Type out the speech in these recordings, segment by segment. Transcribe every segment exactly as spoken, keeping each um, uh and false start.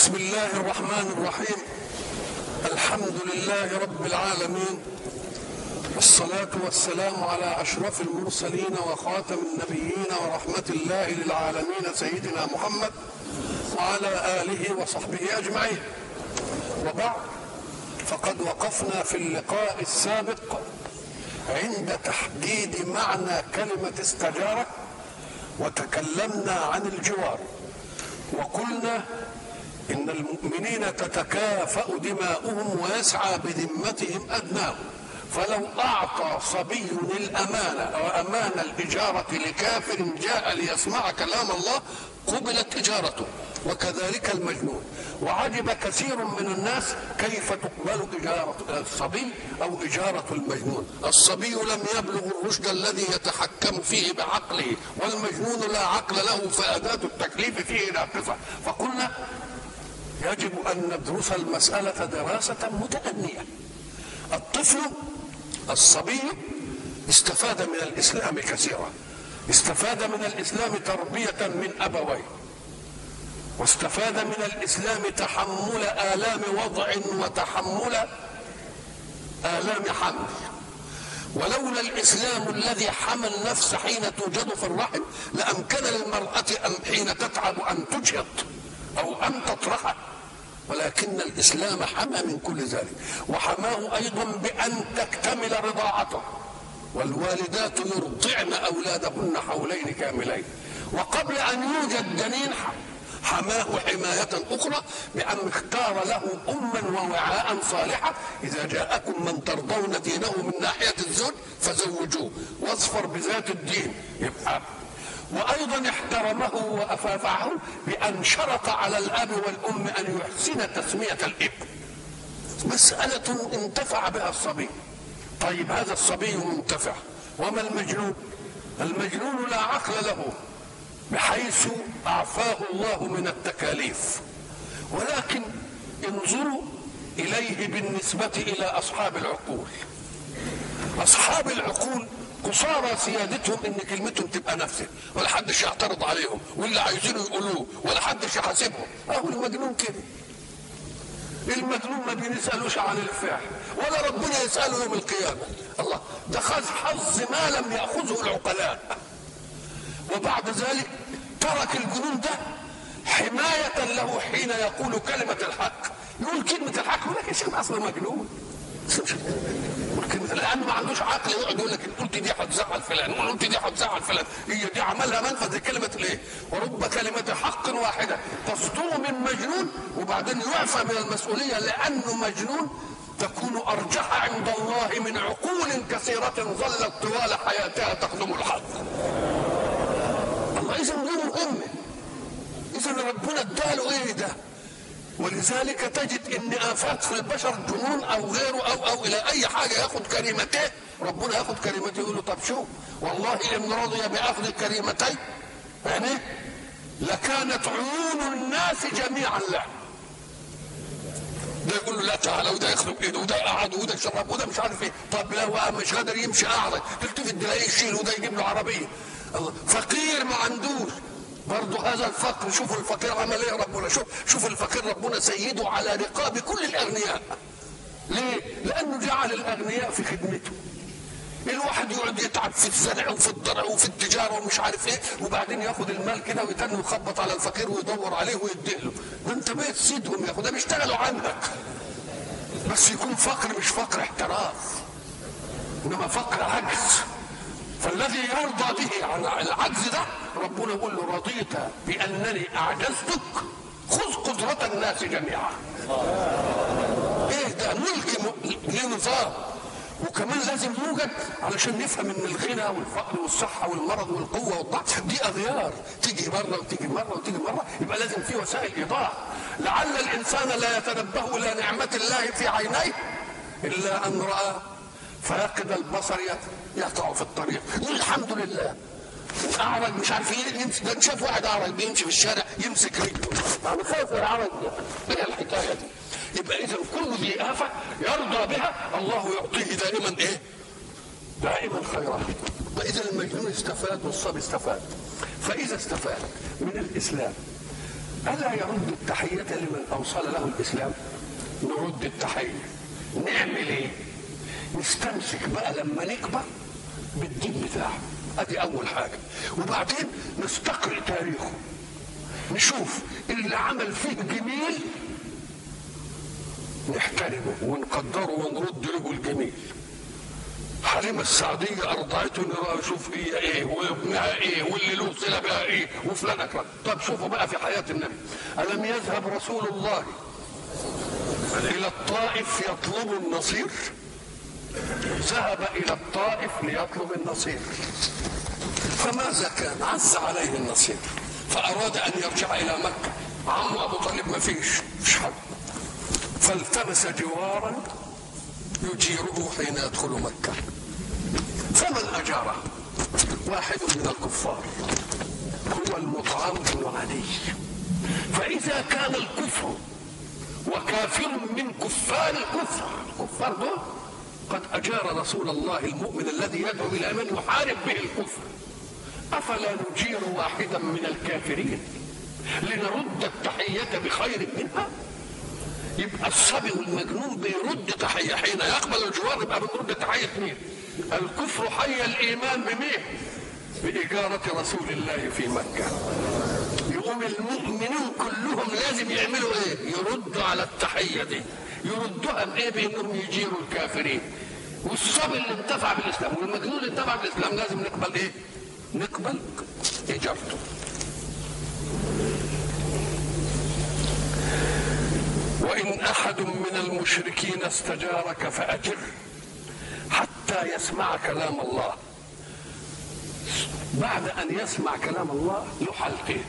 بسم الله الرحمن الرحيم. الحمد لله رب العالمين، والصلاة والسلام على أشرف المرسلين وخاتم النبيين ورحمة الله للعالمين سيدنا محمد وعلى آله وصحبه أجمعين. وبعد، فقد وقفنا في اللقاء السابق عند تحديد معنى كلمة استجارة، وتكلمنا عن الجوار، وقلنا إن المؤمنين تتكافأ دماؤهم ويسعى بذمتهم أدناهم، فلو أعطى صبي الأمانة أو أمان الإجارة لكافر جاء ليسمع كلام الله قبلت إجارته، وكذلك المجنون. وعجب كثير من الناس كيف تقبل إجارة الصبي أو إجارة المجنون. الصبي لم يبلغ الرشد الذي يتحكم فيه بعقله، والمجنون لا عقل له فأداة التكليف فيه ناقصة. فقلنا يجب أن ندرس المسألة دراسة متأنية. الطفل الصبي استفاد من الإسلام كثيرا، استفاد من الإسلام تربية من أبويه، واستفاد من الإسلام تحمل آلام وضع وتحمل آلام حمل. ولولا الإسلام الذي حمى النفس حين توجد في الرحم لأمكن للمرأة أن حين تتعب أن تجهض أو أن تطرح، ولكن الإسلام حمى من كل ذلك، وحماه أيضا بأن تكتمل رضاعته، والوالدات يرضعن أولادهن حولين كاملين. وقبل أن يوجد جنين حماه حماية أخرى بأن اختار له أما ووعاء صالحة. إذا جاءكم من ترضون دينه من ناحية الزوج فزوجوه، واظفر بذات الدين. يبقى وأيضا احترمه وأفافعه بأن شرط على الأب والأم أن يحسن تسمية الابن. مسألة انتفع بها الصبي. طيب هذا الصبي منتفع، وما المجنون؟ المجنون لا عقل له بحيث أعفاه الله من التكاليف، ولكن انظروا إليه بالنسبة إلى أصحاب العقول. أصحاب العقول قصارى سيادتهم ان كلمتهم تبقى نفسه، ولا حدش يعترض عليهم، واللي عايزينه يقولوه، ولا حدش يحاسبهم. اهو المجنون كده. المجنون ما بيسالوش عن الفعل، ولا ربنا يساله يوم القيامه. الله، ده خذ حظ ما لم ياخذه العقلاء. وبعد ذلك ترك الجنون ده حمايه له حين يقول كلمه الحق. يقول كلمه الحق يقول لك يا شيخ اصلا مجنون، لانه ما عندوش عقل يقعد يقول لك قلت دي هتزعل فلان وقلت دي هتزعل فلان. هي دي عملها منفذ كلمه الايه؟ ورب كلمه حق واحده تصدر من مجنون وبعدين يعفى من المسؤوليه لانه مجنون تكون ارجح عند الله من عقول كثيره ظلت طوال حياتها تخدم الحق. الله، اذا دي مهمه. اذا ربنا اداله ايه ده؟ ولذلك تجد ان افات في البشر جنون او غيره او او الى اي حاجه ياخذ كلمتين، ربنا ياخذ كلمتين يقول له طب شوف والله ان رضي باخذ كلمتين يعني لكانت عيون الناس جميعا له. ده يقول له لا تعالى، وده يخرب ايده، وده يقعد، وده يشرب، وده مش عارف ايه. طب لو مش قادر يمشي اعرج تلتفت تلاقيه يشيل، وده يجيب له عربيه. الله، فقير ما عندوش برضه هذا الفقر. شوفوا الفقير عمل ايه ربنا. شوف شوف الفقير ربنا سيده على رقاب كل الاغنياء. ليه؟ لانه جعل الاغنياء في خدمته. الواحد يقعد يتعب في الزرع وفي الضرع وفي التجاره ومش عارف ايه، وبعدين ياخد المال كده ويتنه ويخبط على الفقير ويدور عليه ويديله. ده انت بقيت سيدهم يا اخو، ده بيشتغلوا عنك. بس يكون فقر مش فقر احتراف، انما فقر عجز. فالذي يرضى به عن العجز ده ربنا يقول له رضيت بانني اعجزتك خذ قدرة الناس جميعا. ايه ده؟ ملك ليه نظام. وكمان لازم يوجد علشان نفهم ان الغنى والفقر والصحه والمرض والقوه والضعف دي اغيار تيجي مره وتيجي مره وتيجي مره. يبقى لازم في وسائل ايضاح. لعل الانسان لا يتنبه الى نعمه الله في عينيه الا ان راى فاقد البصر يقطع في الطريق يقول الحمد لله. اعرج مش عارف ايه يمسك، ده شاف واحد اعرج بيمشي في الشارع يمسك رجله، انا خايف من العرج. ايه الحكايه دي؟ يبقى اذا كل ذي آفة يرضى بها الله يعطيه دائما ايه؟ دائما خيرا. فاذا المجنون استفاد والصبي استفاد. فاذا استفاد من الاسلام ألا يرد التحية لمن أوصل له الإسلام؟ نرد التحية. نعمل إيه؟ نستمسك بقى لما نكبر بالدين بتاعه، ادي اول حاجه. وبعدين نستقرئ تاريخه، نشوف اللي عمل فيه جميل نحترمه ونقدره ونرد له الجميل. حليمة السعدية أرضعته نشوف هي إيه وابنها إيه واللي له صلة بها إيه وفلان أكرم. طب شوفوا بقى في حياة النبي، ألم يذهب رسول الله إلى الطائف يطلب النصير؟ ذهب إلى الطائف ليطلب النصير، فماذا كان؟ عز عليه النصير فأراد أن يرجع إلى مكة. عمه أبو طالب ما فيش مش حد، فالتمس جوارا يجيره حين يدخل مكة. فمن أجاره؟ واحد من الكفار هو المطعم بن عدي. فإذا كان الكفر وكافر من كفار الكفر، الكفار دول قد أجار رسول الله المؤمن الذي يدعو إلى من يحارب به الكفر، أفلا نجير واحدا من الكافرين لنرد التحية بخير منها؟ يبقى الصبي والمجنون بيرد تحية حين يقبل الجوار، يبقى بنرد تحية مين؟ الكفر حي الإيمان بمين؟ بإجارة رسول الله في مكة. يقوم المؤمنون كلهم لازم يعملوا إيه؟ يردوا على التحية دي. يردوها بإيه؟ بإنهم يجيروا الكافرين. والصبي اللي انتفع بالإسلام والمجنون اللي انتفع بالإسلام لازم نقبل إيه؟ نقبل إجارته. وإن أحد من المشركين استجارك فأجر حتى يسمع كلام الله. بعد أن يسمع كلام الله له حالتين: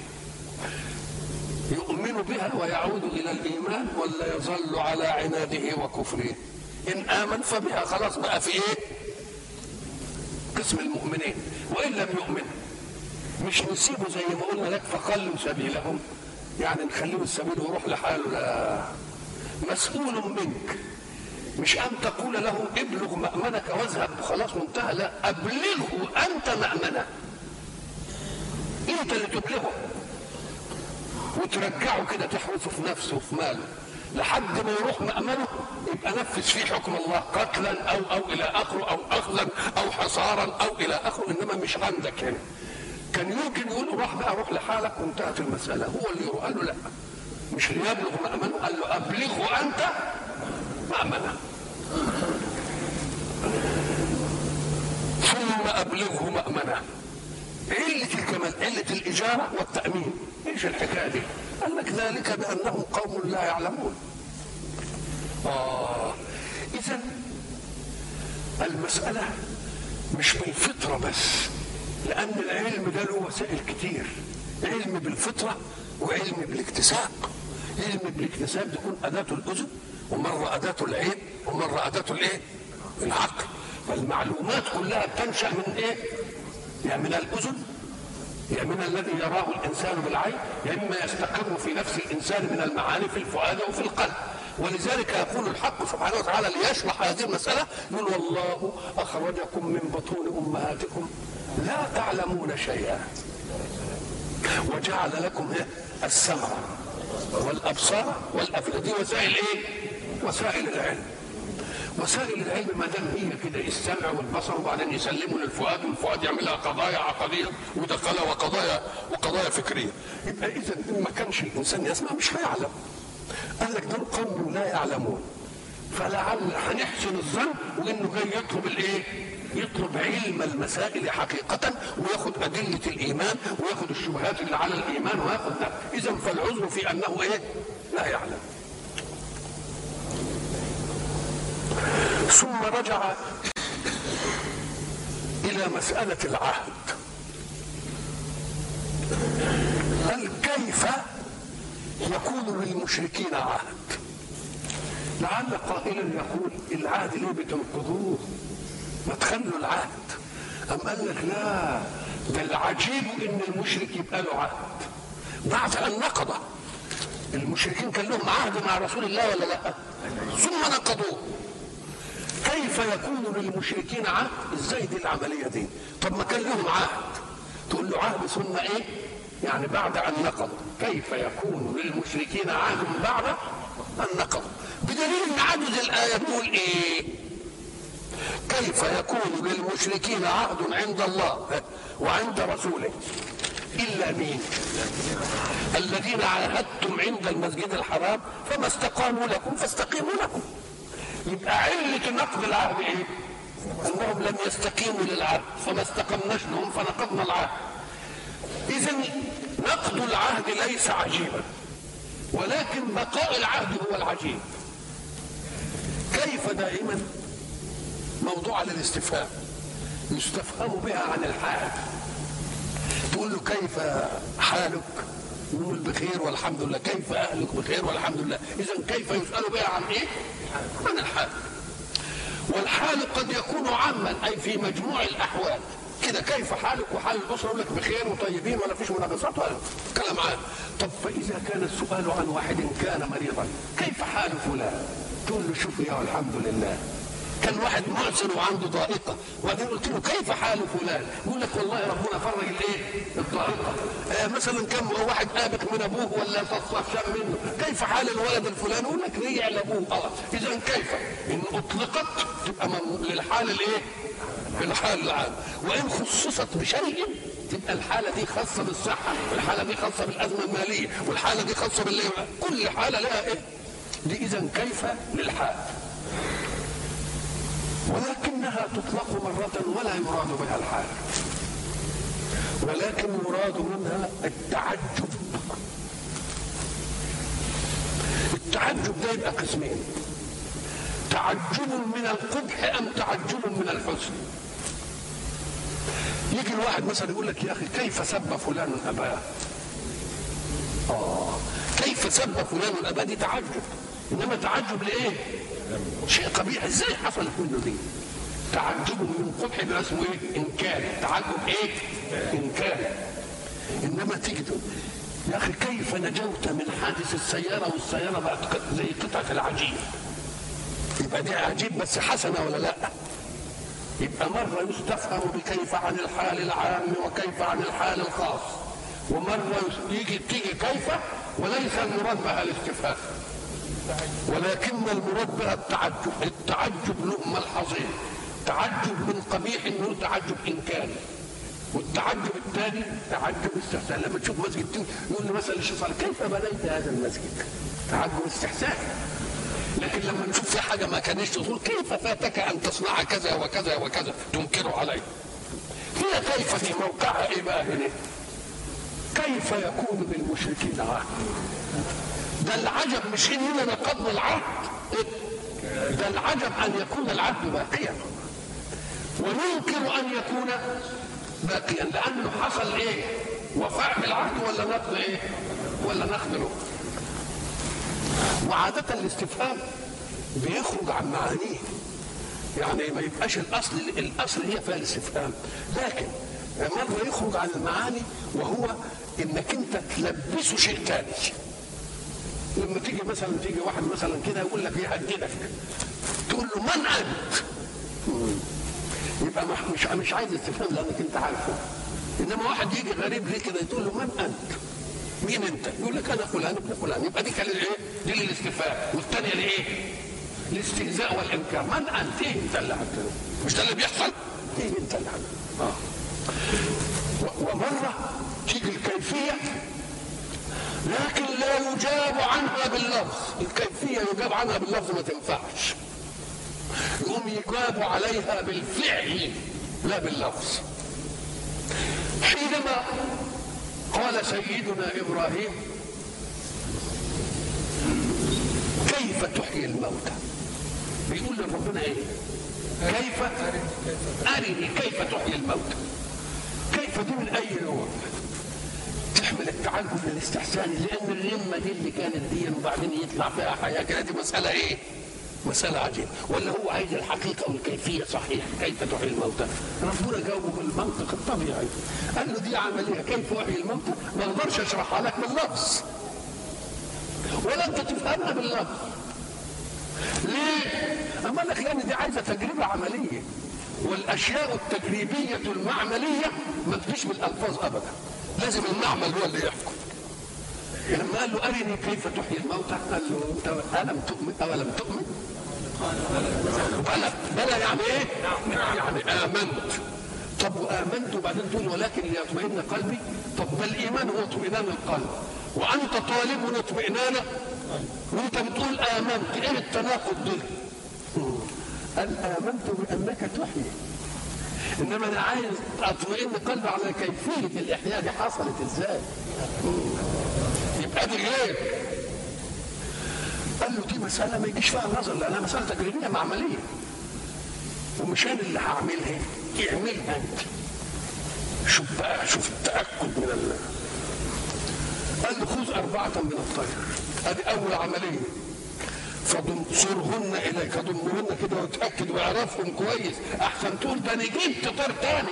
يؤمن بها ويعود إلى الإيمان، ولا يظل على عناده وكفره. إن آمن فبها خلاص بقى في إيه؟ قسم المؤمنين. وإن لم يؤمن مش نسيبه زي ما قلنا لك فخلوا سبيلهم، يعني نخليه السبيل ويروح لحاله. لا، مسؤول منك، مش أن تقول له ابلغ مأمنك واذهب خلاص منتهى. لا، أبلغه أنت مأمنه، أنت اللي تبلغه وترجعه كده، تحرسه في نفسه وفي ماله لحد ما يروح مأمنه، يبقى نفذ فيه حكم الله قتلا أو أو إلى آخره، أو أخذا أو حصارا أو إلى آخره، إنما مش عندك هنا. كان يمكن يقول روح بقى روح لحالك وانتهت المسألة. هو اللي يروح قال له لا، مش ليبلغ مأمنه، قال له أبلغه أنت مأمنه ثم أبلغه مأمنه. علة الكمال علة الإجارة والتأمين. إيش الحكاية دي؟ قال لك ذلك بأنهم قوم لا يعلمون. آه إذا المسألة مش بالفطرة بس، لأن العلم ده له وسائل كتير. علم بالفطرة وعلم بالاكتساب. علم بالاكتساب تكون أداة الأذن، ومرة أداة العين، ومرة أداة الإيه؟ العقل. فالمعلومات كلها بتنشأ من إيه؟ يا من الأذن، يا من الذي يراه الإنسان بالعين، يا إما يستقر في نفس الإنسان من المعاني في الفؤاد وفي القلب. ولذلك يقول الحق سبحانه وتعالى ليشرح هذه المسألة: يقول والله أخرجكم من بطون أمهاتكم لا تعلمون شيئا وجعل لكم السمع والأبصار والأفئدة. دي وسائل إيه؟ وسائل العلم. وسائل العلم ما دام هي كده السمع والبصر، وبعدين يسلموا للفؤاد والفؤاد يعملها قضايا عقديه ودقله وقضايا وقضايا فكريه. يبقى اذا ما كانش الانسان يسمع مش هيعلم. قال لك دول قوم لا يعلمون، فلعل هنحسن الظن وانه جاي يطلب الايه؟ يطلب علم المسائل حقيقة، وياخد أدلة الإيمان، وياخد الشبهات اللي على الإيمان، وياخد ده. إذا فالعذر في أنه إيه؟ لا يعلم. ثم رجع إلى مسألة العهد. قال كيف يكون للمشركين عهد؟ لعل قائلا يقول العهد ليه بتنقضوه؟ ما تخلوا العهد. أم قال لك لا، ده العجيب إن المشرك يبقى له عهد بعد أن نقضه. المشركين كان لهم عهد مع رسول الله ولا لا؟ ثم نقضوه. كيف يكون للمشركين عهد؟ ازاي دي العمليه دي؟ طب ما كان لهم عهد. تقول له عهد ثم ايه؟ يعني بعد ان نقضوا. كيف يكون للمشركين عهد بعد ان نقضوا؟ بدليل ان عجز الايه تقول ايه؟ كيف يكون للمشركين عهد عند الله وعند رسوله الا مين؟ الذين عاهدتم عند المسجد الحرام فما استقاموا لكم فاستقيموا لكم. يبقى علة نقض العهد ايه؟ انهم لم يستقيموا للعهد فما استقمناش لهم فنقضنا العهد. اذا نقض العهد ليس عجيبا، ولكن بقاء العهد هو العجيب. كيف دائما موضوع للاستفهام، يستفهم بها عن الحال. تقول له كيف حالك؟ يقول بخير والحمد لله. كيف اهلك؟ بخير والحمد لله. اذا كيف يسأل بها عن ايه؟ عن الحال. والحال قد يكون عاما اي في مجموع الاحوال كده. كيف حالك وحال الاسره؟ يقول لك بخير وطيبين ولا فيش مناقصات ولا كلام عام. طب فاذا كان السؤال عن واحد كان مريضا كيف حال فلان؟ تقول له شوف يا الحمد لله. كان واحد معسر وعنده ضائقه وبعدين قلت له كيف حال فلان؟ يقول لك والله ربنا فرج الايه؟ الضائقه. آه مثلا كان واحد ابق من ابوه ولا شم منه، كيف حال الولد الفلاني؟ يقول لك رجع لابوه. اه اذا كيف ان اطلقت تبقى للحال الايه؟ في الحال العام، وان خصصت بشيء تبقى الحاله دي خاصه بالصحه، والحاله دي خاصه بالازمه الماليه، والحاله دي خاصه باللي كل حاله لها ايه؟ دي اذا كيف للحال، ولكنها تطلق مرة ولا يراد بها الحال، ولكن يراد منها التعجب. التعجب ده يبقى قسمين: تعجب من القبح أم تعجب من الحسن. يجي الواحد مثلا يقول لك يا أخي كيف سب فلان أباه؟ آه كيف سب فلان أباه دي تعجب، إنما تعجب لإيه؟ شيء قبيح، ازاي حصلت منه دي؟ تعجب من قبح ده اسمه ايه؟ انكار. تعجب ايه؟ انكار. انما تيجي تقول يا اخي كيف نجوت من حادث السياره والسياره بقت زي قطعه العجين، يبقى دي عجيب بس حسنه ولا لا؟ يبقى مره يستفهم بكيف عن الحال العام وكيف عن الحال الخاص، ومره يجي تيجي كيف وليس المراد بها الاستفهام، ولكن المراد بها التعجب. التعجب له ملحظين: تعجب من قبيح انه تعجب انكاري، والتعجب الثاني تعجب استحسان. لما تشوف مسجد يقول لي مثلا الشيخ صالح كيف بنيت هذا المسجد؟ تعجب استحسان. لكن لما نشوف في حاجه ما كانش تقول كيف فاتك ان تصنع كذا وكذا وكذا تنكره عليه. هي كيف في موقعها ايه بقى هنا؟ كيف يكون بالمشركين عهد؟ ده العجب مش اننا نقضنا العهد، ده العجب ان يكون العهد باقيا، وننكر ان يكون باقيا لانه حصل ايه؟ وفاء بالعهد ولا نقض ايه؟ ولا نقض له. وعادة الاستفهام بيخرج عن معانيه، يعني ما يبقاش الاصل الاصل هي فيها الاستفهام، لكن مرة يخرج عن المعاني وهو انك انت تلبسه شيء ثاني. لما تيجي مثلا تيجي واحد مثلا كده يقول لك يهددك، تقول له من انت؟ يبقى مش مش عايز استفهام لانك انت عارفه. انما واحد يجي غريب ليه كده تقول له من انت؟ مين انت؟ يقول لك انا فلان ابن فلان. يبقى دي كان الايه؟ دي للاستفهام، والثانيه لايه؟ الاستهزاء والانكار. من انت؟ ايه انت اللي عملته؟ مش ده اللي بيحصل؟ ايه انت اللي عملته؟ اه ومره تيجي الكيفيه لكن لا يجاب عنها باللفظ. الكيفية يجاب عنها باللفظ ما تنفعش، يقوم يجاب عليها بالفعل لا باللفظ. حينما قال سيدنا إبراهيم كيف تحيي الموتى، بيقول لربنا ايه؟ كيف أرني كيف تحيي الموتى. كيف دي من أي نوع؟ تحمل التعجب للاستحسان، لان الرمه دي اللي كانت دي وبعدين يطلع فيها حياه كده، دي مساله ايه؟ مساله عجيبه. ولا هو عايز الحقيقه والكيفيه صحيح؟ كيف تحيي الموتى؟ ربنا جاوبه بالمنطق الطبيعي، قال له دي عمليه كيف احيي الموتى ما اقدرش اشرحها لك باللفظ ولا انت تفهمها باللفظ. ليه؟ اما لك لان دي عايزه تجربه عمليه، والاشياء التجريبيه المعمليه ما تجيش بالالفاظ ابدا، لازم المعمل هو اللي يحكم. لما قال له ارني كيف تحيي الموتى قال له الم تؤمن اولم تؤمن؟ بلى بلى يعني ايه؟ يعني امنت. طب وامنت وبعدين تقول ولكن ليطمئن قلبي. طب ما الايمان هو اطمئنان القلب وانت طالب اطمئنانه وانت بتقول امنت. ايه التناقض ده؟ قال امنت بانك تحيي انما انا عايز اطمئن قلبي على كيفيه الاحياء دي حصلت ازاي. يبقى دي غير. قال له دي مساله ما يجيش فيها النظر لانها مساله تجريبيه معمليه ومش انا اللي هعملها، اعملها انت. شوف بقى شوف التاكد من الله. قال له خذ اربعه من الطير. ادي اول عمليه. فضمصرهن اليك ضمهن كده وتاكد واعرفهم كويس احسن تقول ده انا جبت طير تاني.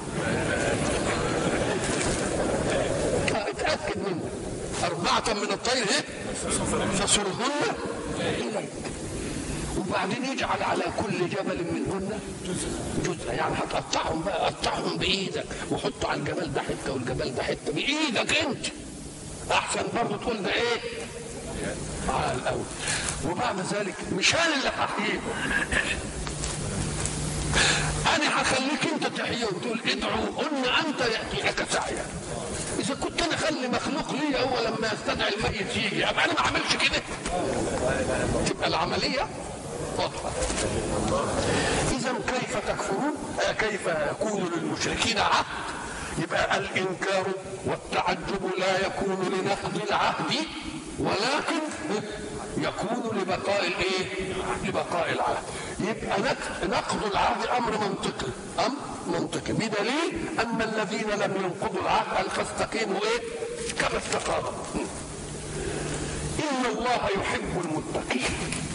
اتاكد منه. اربعه من الطير ايه؟ فصرهن اليك. وبعدين يجعل على كل جبل منهن جزء. يعني هتقطعهم بقى قطعهم بايدك وحط على الجبل ده حته والجبل ده حته بايدك انت. احسن برضه تقول ده ايه؟ على الاول. وبعد ذلك مش انا اللي هحييهم، انا هخليك انت تحييهم. تقول ادعوهن انت ياتيك سعيا. اذا كنت انا اخلي مخلوق لي هو لما يستدعي الميت يجي ابقى انا ما اعملش كده. تبقى العمليه واضحه. اذا كيف تكفرون؟ كيف يكون للمشركين عهد؟ يبقى الانكار والتعجب لا يكون لنقض العهد ولكن يكون لبقاء الايه؟ لبقاء العهد. يبقى نقض العهد امر منطقي، امر منطقي بدليل ان الذين لم ينقضوا العهد قال فاستقيموا ايه؟ كما استقاموا. ان الله يحب المتقين.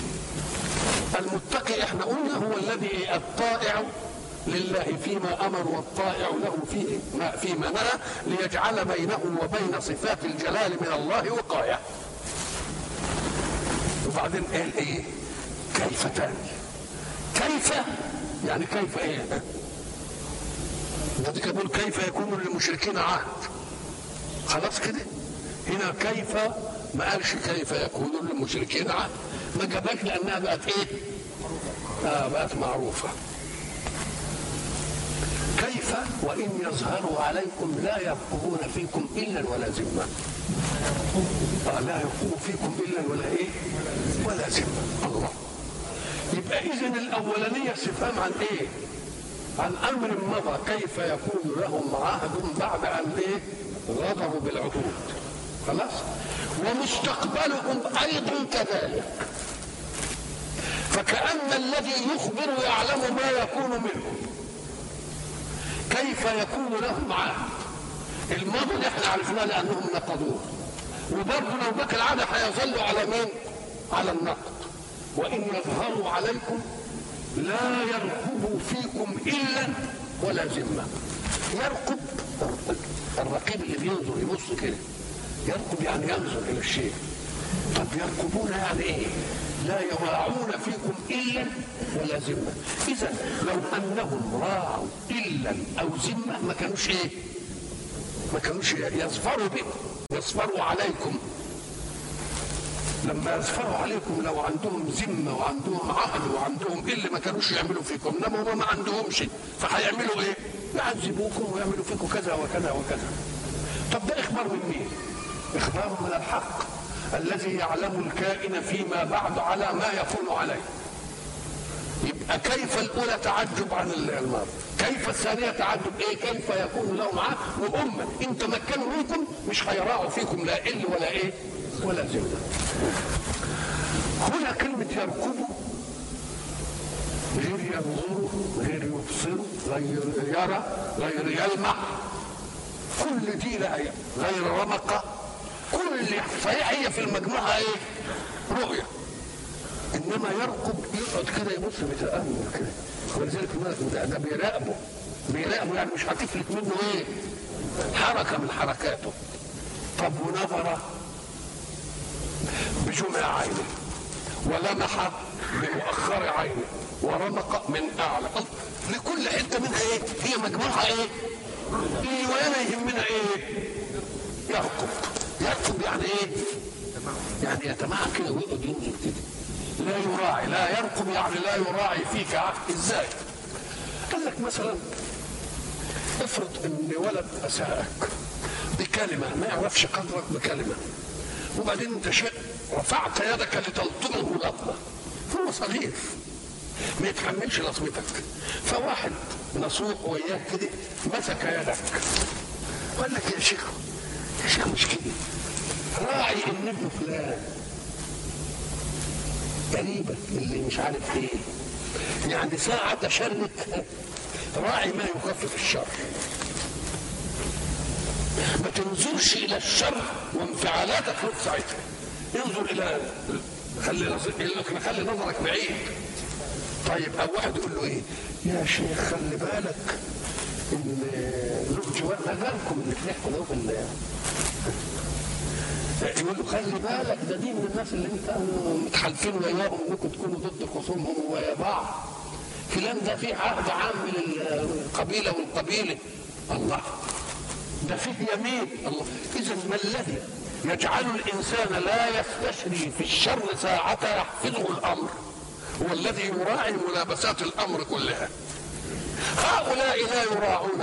المتقي احنا قلنا هو الذي الطائع لله فيما امر والطائع له فيه ما فيما نهى ليجعل بينه وبين صفات الجلال من الله وقايه. وبعدين قال ايه؟ كيف تاني؟ كيف يعني كيف ايه؟ ده كده بيقول كيف يكون للمشركين عهد. خلاص كده؟ هنا كيف ما قالش كيف يكون للمشركين عهد. ما جابهاش لانها بقت ايه؟ آه بقت معروفه. كيف وإن يظهروا عليكم لا يرقبون فيكم إلا ولا ذمة. آه لا يرقبوا فيكم إلا ولا إيه؟ ولا ذمة. الله. يبقى إذن الأولانية استفهام عن إيه؟ عن أمر مضى. كيف يكون لهم عهد بعد أن إيه؟ غدروا بالعهود. خلاص؟ ومستقبلهم أيضا كذلك. فكأن الذي يخبر يعلم ما يكون منهم. كيف يكون لهم عهد؟ الماضي اللي احنا عرفناه لانهم نقضوه. وبرضه لو بقى العهد هيظلوا على مين؟ على النقد. وان يظهروا عليكم لا يرقبوا فيكم الا ولا ذمه. يرقب الرقيب اللي بينظر يبص كده. يرقب يعني ينظر الى الشيء. طب يرقبون يعني ايه؟ لا يراعون فيكم إلا ولا ذمة. إذا لو أنهم راعوا إلا أو ذمة ما كانوش إيه؟ ما كانوش يظفروا بكم، يظفروا عليكم. لما يظفروا عليكم لو عندهم ذمة وعندهم عهد وعندهم إلا ما كانوش يعملوا فيكم، إنما هم ما عندهمش فهيعملوا إيه؟ يعذبوكم ويعملوا فيكم كذا وكذا وكذا. طب ده إخبار من مين؟ إخبار من الحق الذي يعلم الكائن فيما بعد على ما يكون عليه. يبقى كيف الأولى تعجب عن الماضي، كيف الثانية تعجب ايه؟ كيف يكون لهم عهد وهم ان تمكنوا منكم مش هيراعوا فيكم لا إل ولا ايه ولا ذمة. هنا كلمة يركبوا غير ينظروا غير يبصروا غير يرى غير يلمح، كل دي لا غير رمقة، كل صحيح هي في المجموعة ايه؟ رؤية. انما يرقب يقعد كده يبص بتأمل كده، ولذلك ده, ده بيراقبه بيراقبه يعني مش هتفلت منه ايه؟ حركة من حركاته. طب ونظر بجمع عينه، ولمح بمؤخر عينه، ورمق من اعلى. لكل حته منها ايه؟ هي مجموعه ايه؟ اللي ولا يهمنا ايه؟ يرقب. يرقب يعني ايه؟ يعني يتمعن كده ويقعد ينظر كده. لا يراعي، لا يرقب يعني لا يراعي فيك عهد. ازاي؟ قال لك مثلا افرض ان ولد اساءك بكلمه ما يعرفش قدرك بكلمه، وبعدين انت شيء رفعت يدك لتلطمه لطمه، هو صغير ما يتحملش لطمتك، فواحد نسوق وياه كده مسك يدك وقال لك يا شيخ يا شيخ مش كده، راعي ان ابن فلان قريبك اللي مش عارف ايه، يعني ساعة شرك راعي ما يخفف الشر، ما تنظرش الى الشر وانفعالاتك في ساعتها، انظر الى خلي خلي نظرك بعيد. طيب او واحد يقول له ايه يا شيخ خلي بالك ان له جواب مالكم اللي بنحكوا له في يقول له خلي بالك ده دي من الناس اللي انت متحالفين وياهم ممكن تكونوا ضد خصومهم ويا بعض، فلان ده في عقد عام للقبيله والقبيله، الله ده فيه يمين، الله. اذا ما الذي يجعل الانسان لا يستشري في الشر ساعة يحفظه الامر هو الذي يراعي ملابسات الامر كلها. هؤلاء لا يراعون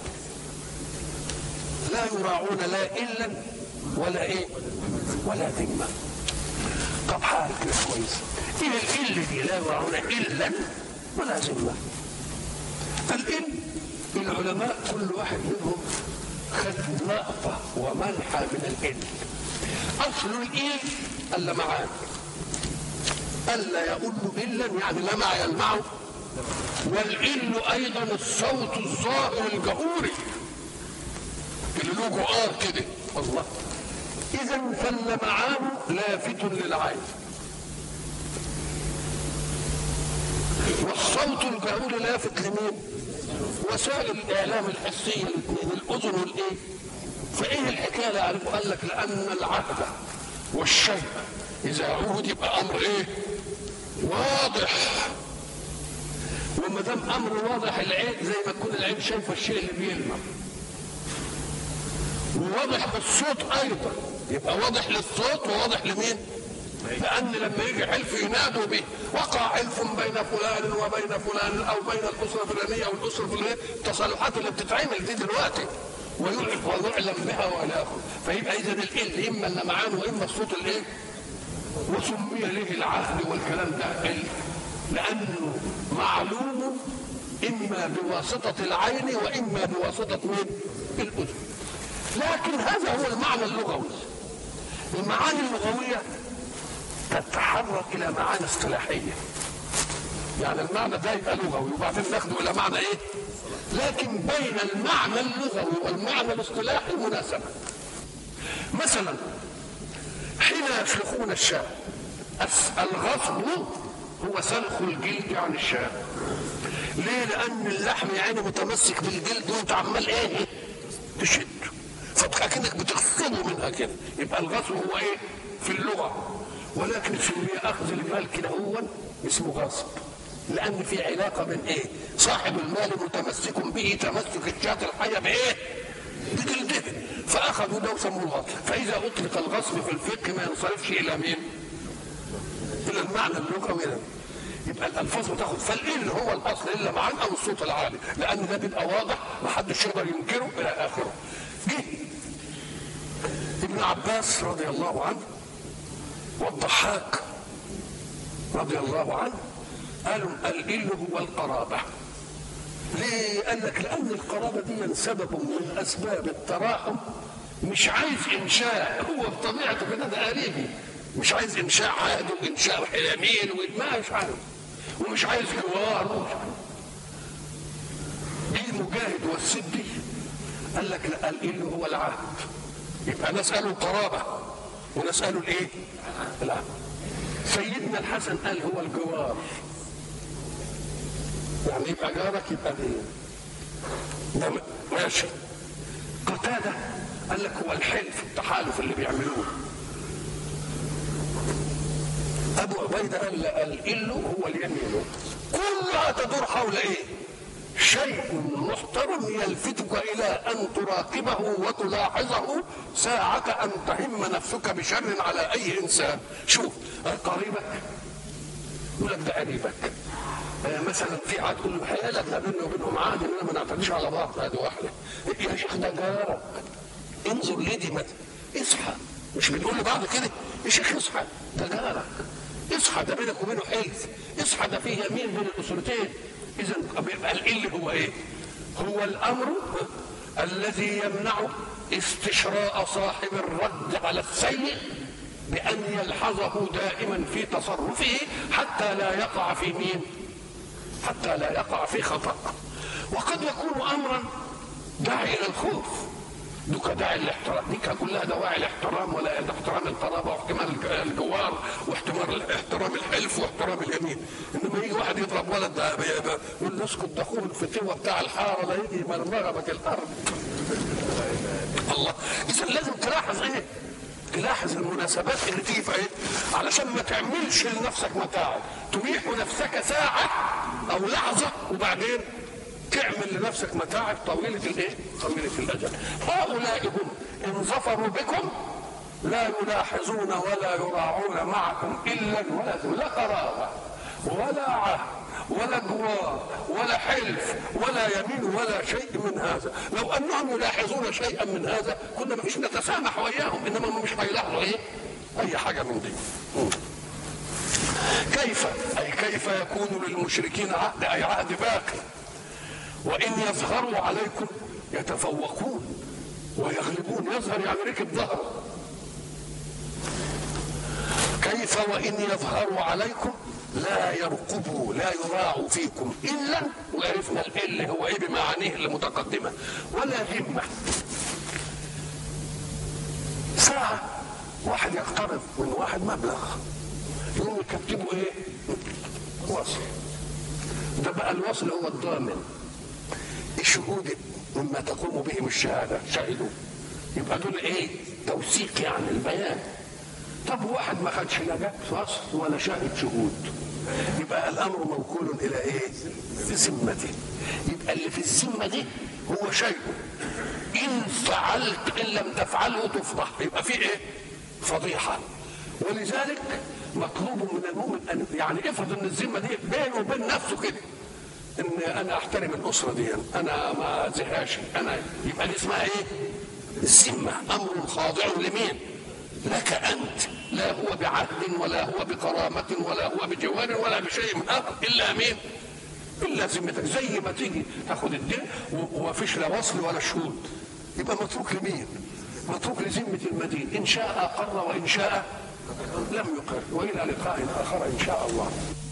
لا يراعون لا الا ولا ايه ولا ذمه. طب حال كده كويس، ايه الإل دي؟ لا يراعون الا ولا ذمه. الإل العلماء كل واحد منهم خد لقطه ومنحى من الإل. اصل الإل اللمعان، الا يقول الا يعني لمع يلمعه، والإل ايضا الصوت الظاهر الجهوري اللي له جؤار كده، الله. اذا فاللمعان لافت للعين، والصوت الجهوري لافت لمين؟ وسائل الاعلام الحسيه الاثنين، الاذن والايه؟ فايه الحكايه لا يعرفوا؟ قال لك لان العهد والشيء اذا عهد يبقى امر ايه؟ واضح. وما دام امر واضح العين زي ما تكون العين شايفه الشيء اللي بيلمع، وواضح بالصوت ايضا، يبقى واضح للصوت وواضح لمين؟ لان لما يجي حلف ينادوا به وقع حلف بين فلان وبين فلان او بين الاسره الفلانيه او الاسره الفلانيه، التصالحات اللي بتتعمل دي دلوقتي ويعرف ويعلم بها والى اخره. فيبقى اذا الإل اما اللمعان واما الصوت الايه؟ وسمي له العهد والكلام ده إل لانه معلوم اما بواسطه العين واما بواسطه مين؟ الاذن. لكن هذا هو المعنى اللغوي. المعاني اللغويه تتحرك الى معاني اصطلاحيه، يعني المعنى ده يبقى لغوي وبعدين ناخده الى معنى ايه؟ لكن بين المعنى اللغوي والمعنى الاصطلاحي مناسبه. مثلا حين يسلخون الشاة، الغصب هو سلخ الجلد عن الشاة. ليه؟ لان اللحم يعني متمسك بالجلد وانت عمال ايه؟ تشد، فاكنك بتغصبه منها كده. يبقى الغصب هو ايه؟ في اللغه، ولكن في اخذ المال كده هو اسمه غصب، لان في علاقه بين ايه؟ صاحب المال متمسك به تمسك الشاة الحيه بايه؟ بجلده، فاخذوا ده وسموه الغصب. فاذا اطلق الغصب في الفقه ما ينصرفش الى مين؟ الى المعنى اللغوي. يبقى الالفاظ بتاخد، فالإل هو الاصل الا معان او الصوت العالي، لان ده بيبقى واضح محدش يقدر ينكره الى اخره. جه ابن عباس رضي الله عنه والضحاك رضي الله عنه قالوا الإل هو القرابة. ليه؟ قال لك لأن القرابة دي سبب من أسباب التراحم، مش عايز إنشاء، هو بطبيعته كده ده قريبي، مش عايز إنشاء عهد وإنشاء حلمين وما مش عايز، ومش عايز جوار ومش عايز. جه المجاهد والسدي قال لك لا الإل هو العهد، يبقى نسأله القرابة ونسأله الإيه؟ العهد. سيدنا الحسن قال هو الجوار، يعني يبقى جارك يبقى ايه؟ ده ماشي. قتادة قال لك هو الحلف، التحالف اللي بيعملوه. أبو عبيدة قال الإل هو اليمين. كلها تدور حول إيه؟ شيء محترم يلفتك إلى أن تراقبه وتلاحظه ساعة أن تهم نفسك بشر على أي إنسان. شوف قريبك يقول لك ده قريبك، آه مثلا في عاد تقول له حيالك ما بيننا وبينهم عادي اننا ما نعتديش على بعض، هذه واحده. يا شيخ ده جارك، انظر لدي متى، اصحى. مش بنقول لبعض كده يا شيخ اصحى، ده جارك، اصحى، ده بينك وبينه حلف، اصحى، ده فيه يمين بين الاسرتين. اذا بيبقى القل هو ايه؟ هو الامر الذي يمنع استشراء صاحب الرد على السيء بأن يلحظه دائما في تصرفه حتى لا يقع في مين؟ حتى لا يقع في خطأ. وقد يكون أمرا داعي إلى الخوف، دوك داعي الاحترام، دي كلها دواعي الاحترام، ولا احترام القرابة واحتمال الجوار واحتمال احترام الحلف واحترام اليمين. انما يجي واحد يضرب ولد يقول له اسكت ده اخوه الفتوه بتاع الحاره لا يجي مرمغه الارض. الله، اذا لازم تلاحظ ايه؟ تلاحظ المناسبات اللي تيجي في ايه؟ علشان ما تعملش لنفسك متاعب، تريح نفسك ساعه او لحظه وبعدين تعمل لنفسك متاعب طويله الايه؟ طويله الاجل. هؤلاء هم ان ظفروا بكم لا يلاحظون ولا يراعون معكم الا ولا لا قرابه ولا عهد ولا جوار ولا حلف ولا يمين ولا شيء من هذا. لو انهم يلاحظون شيئا من هذا كنا مش نتسامح وياهم، انما هم مش هيلاحظوا ايه؟ اي حاجه من دي. كيف؟ اي كيف يكون للمشركين عهد، اي عهد باقي، وان يظهروا عليكم يتفوقون ويغلبون. يظهر يعني ركب ظهره. كيف وان يظهروا عليكم لا يرقبوا لا يراعوا فيكم الا، وعرفنا ال هو ايه بمعانيه المتقدمه، ولا ذمه. ساعه واحد يقترض من واحد مبلغ يقوم يكتبوا ايه؟ وصل. ده بقى الوصل هو الضامن، الشهود مما تقوم بهم الشهاده شهدوا، يبقى دول ايه؟ توثيق يعني البيان. طب واحد ما خدش لا جاب وصل ولا شاهد شهود، يبقى الامر موكول الى ايه؟ ذمته. يبقى اللي في الذمه دي هو شيء ان فعلت ان لم تفعله تفضح، يبقى في ايه؟ فضيحه. ولذلك مطلوب من المؤمن ان يعني افرض ان الذمه دي بينه وبين نفسه كده، ان انا احترم الاسره دي، انا ما اذيهاش، انا يبقى دي اسمها ايه؟ الذمه، امر خاضع لمين؟ لك انت، لا هو بعهد ولا هو بكرامه ولا هو بجوار ولا بشيء من هذا الا مين؟ الا ذمتك. زي ما تيجي تاخد الدين وما فيش لا وصل ولا شهود، يبقى متروك لمين؟ متروك لذمه المدين، ان شاء اقر وان شاء لم يقر. والى لقاء اخر ان شاء الله.